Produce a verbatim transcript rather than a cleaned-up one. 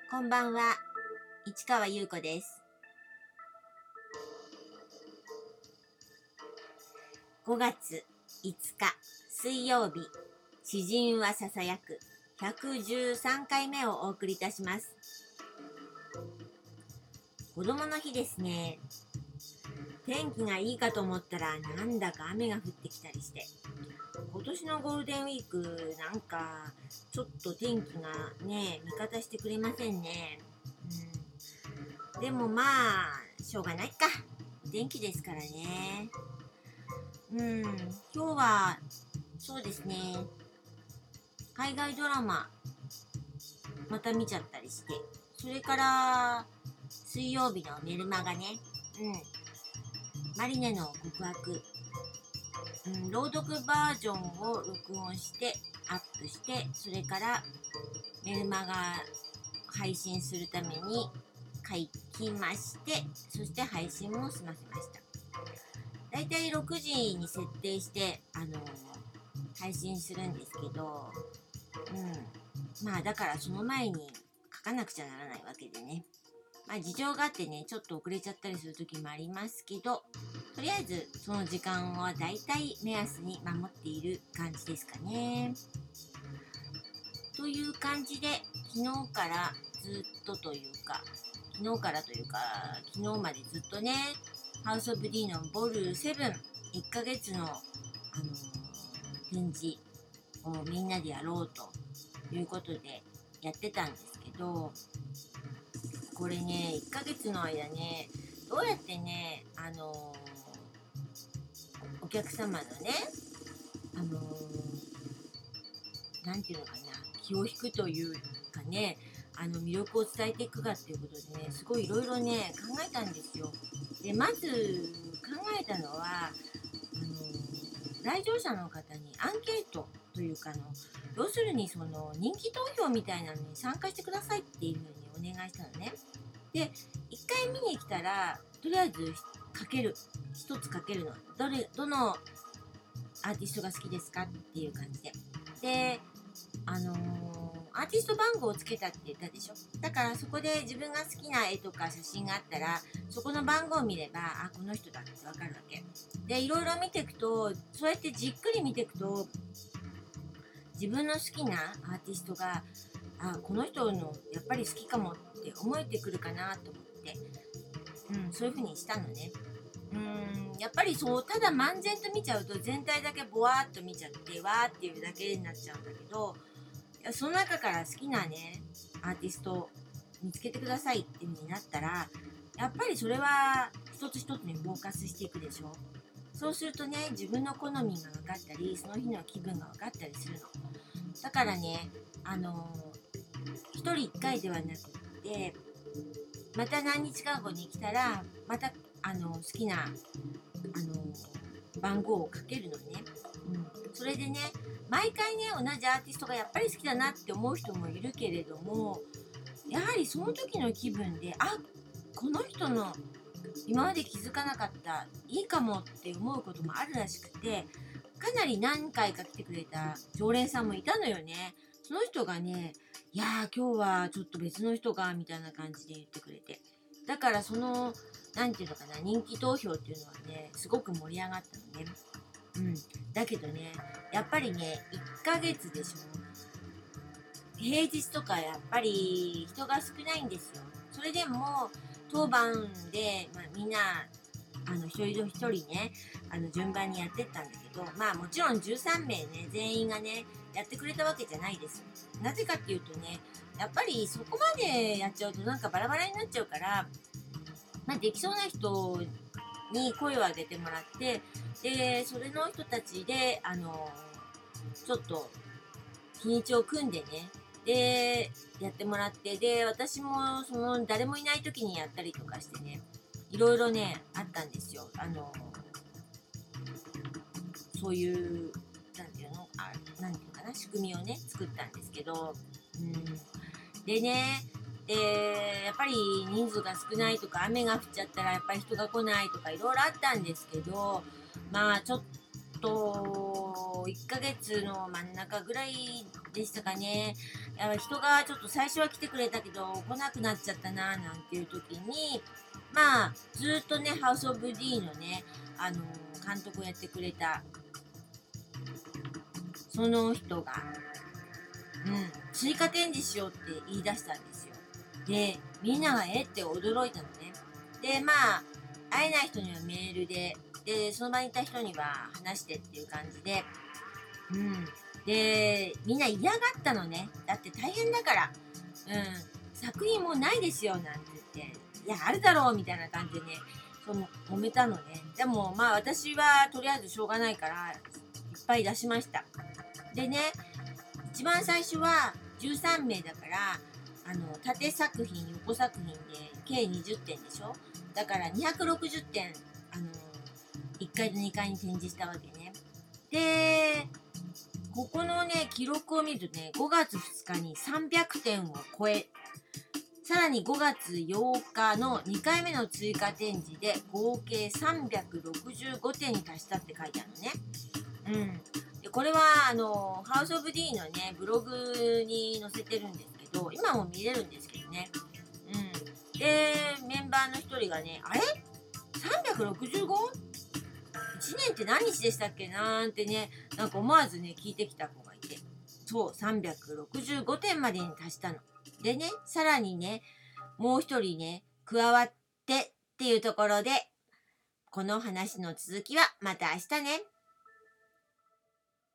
こんばんは、市川優子です。ごがついつか水曜日、詩人はささやくひゃくじゅうさんかいめをお送りいたします。子供の日ですね。天気がいいかと思ったらなんだか雨が降ってきたりして、今年のゴールデンウィークなんかちょっと天気がね味方してくれませんね。うん、でもまあしょうがないか、天気ですからね。うん今日はそうですね、海外ドラマまた見ちゃったりして、それから水曜日のメルマガね、うんマリネの告白、うん、朗読バージョンを録音してアップして、それからメルマガ配信するために書きまして、そして配信も済ませました。だいたいろくじに設定してあの配信するんですけど、うんまあだからその前に書かなくちゃならないわけでね、まあ事情があってねちょっと遅れちゃったりする時もありますけど、とりあえずその時間はだいたい目安に守っている感じですかね。という感じで、昨日からずっとというか昨日からというか昨日までずっとね、ハウスオブ D のボルなないっかげつの、あのー展示をみんなでやろうということでやってたんですけど、これねいっかげつの間ね、どうやってね、あのーお客様のね、あのーなんていうのかな、気を引くというかね、あの魅力を伝えていくかっていうことでね、すごいいろいろね考えたんですよ。でまず考えたのは、あの来場者の方にアンケートというかの、要するにその人気投票みたいなのに参加してくださいっていうふうにお願いしたのね。でいっかい見に来たらとりあえずかけるひとつかけるの、どれどのアーティストが好きですかっていう感じで、であのーアーティスト番号をつけたって言ったでしょ。だからそこで自分が好きな絵とか写真があったら、そこの番号を見れば、あこの人だってわかるわけで、いろいろ見ていくと、そうやってじっくり見ていくと自分の好きなアーティストが、あこの人のやっぱり好きかもって思えてくるかなと思って、うん、そういう風にしたのね。うーんやっぱりそう、ただ漫然と見ちゃうと全体だけボワーっと見ちゃってわーっていうだけになっちゃうんだけど、その中から好きなねアーティストを見つけてくださいっていう風になったら、やっぱりそれは一つ一つにフォーカスしていくでしょ。そうするとね、自分の好みが分かったり、その日の気分が分かったりするの。だからね、あのー、一人一回ではなくって、また何日か後に来たらまたあの好きなあの番号をかけるのね、うん、それでね、毎回ね同じアーティストがやっぱり好きだなって思う人もいるけれども、やはりその時の気分で、あこの人の今まで気づかなかったいいかもって思うこともあるらしくて、かなり何回か来てくれた常連さんもいたのよね。その人がね、いやー今日はちょっと別の人がみたいな感じで言ってくれて、だからそのなんていうのかな、人気投票っていうのはねすごく盛り上がったのね。うん、だけどね、やっぱりねいっかげつでしょ、平日とかやっぱり人が少ないんですよ。それでも当番で、まあ、みんなあの一人一人ね、あの順番にやってったんだけど、まあもちろんじゅうさんめいね全員がねやってくれたわけじゃないです。なぜかっていうとね、やっぱりそこまでやっちゃうとなんかバラバラになっちゃうから、まあ、できそうな人に声を上げてもらって、でそれの人たちであのちょっと日にちを組んでね、でやってもらって、で私もその誰もいない時にやったりとかしてね、いろいろねあったんですよ。あのそういうなんていうの、あなんていうかな、仕組みをね作ったんですけど、うん、でね、でやっぱり人数が少ないとか雨が降っちゃったらやっぱり人が来ないとかいろいろあったんですけど、まあちょっといっかげつの真ん中ぐらいでしたかね。やっぱ人がちょっと最初は来てくれたけど来なくなっちゃったななんていう時に、まあずっとねハウス・オブ・ディのねあの監督をやってくれたその人が、うん、追加展示しようって言い出したんですよ。でみんながえって驚いたのね。でまあ会えない人にはメールで、でその場にいた人には話してっていう感じで、うん。で、みんな嫌がったのね。だって大変だから。うん。作品もうないですよ、なんて言って。いや、あるだろう、みたいな感じでね、そう揉めたのね。でも、まあ私はとりあえずしょうがないから、いっぱい出しました。でね、一番最初はじゅうさんめいだから、あの、縦作品、横作品で計にじゅってんでしょ。だからにひゃくろくじゅってん、あの、いっかいとにかいに展示したわけね。で、ここのね、記録を見るとね、ごがつふつかにさんびゃくてんを超え、さらにごがつようかのにかいめの追加展示で合計さんびゃくろくじゅうごてんに達したって書いてあるのね。うん。で、これは、あの、ハウス・オブ・ディのね、ブログに載せてるんですけど、今も見れるんですけどね。うん。で、メンバーの一人がね、あれ ?さんびゃくろくじゅうご? いちねんって何日でしたっけなーってね、なんか思わずね、聞いてきた子がいて。そう、さんびゃくろくじゅうごてんまでに達したの。でね、さらにね、もう一人ね、加わってっていうところで、この話の続きはまた明日ね。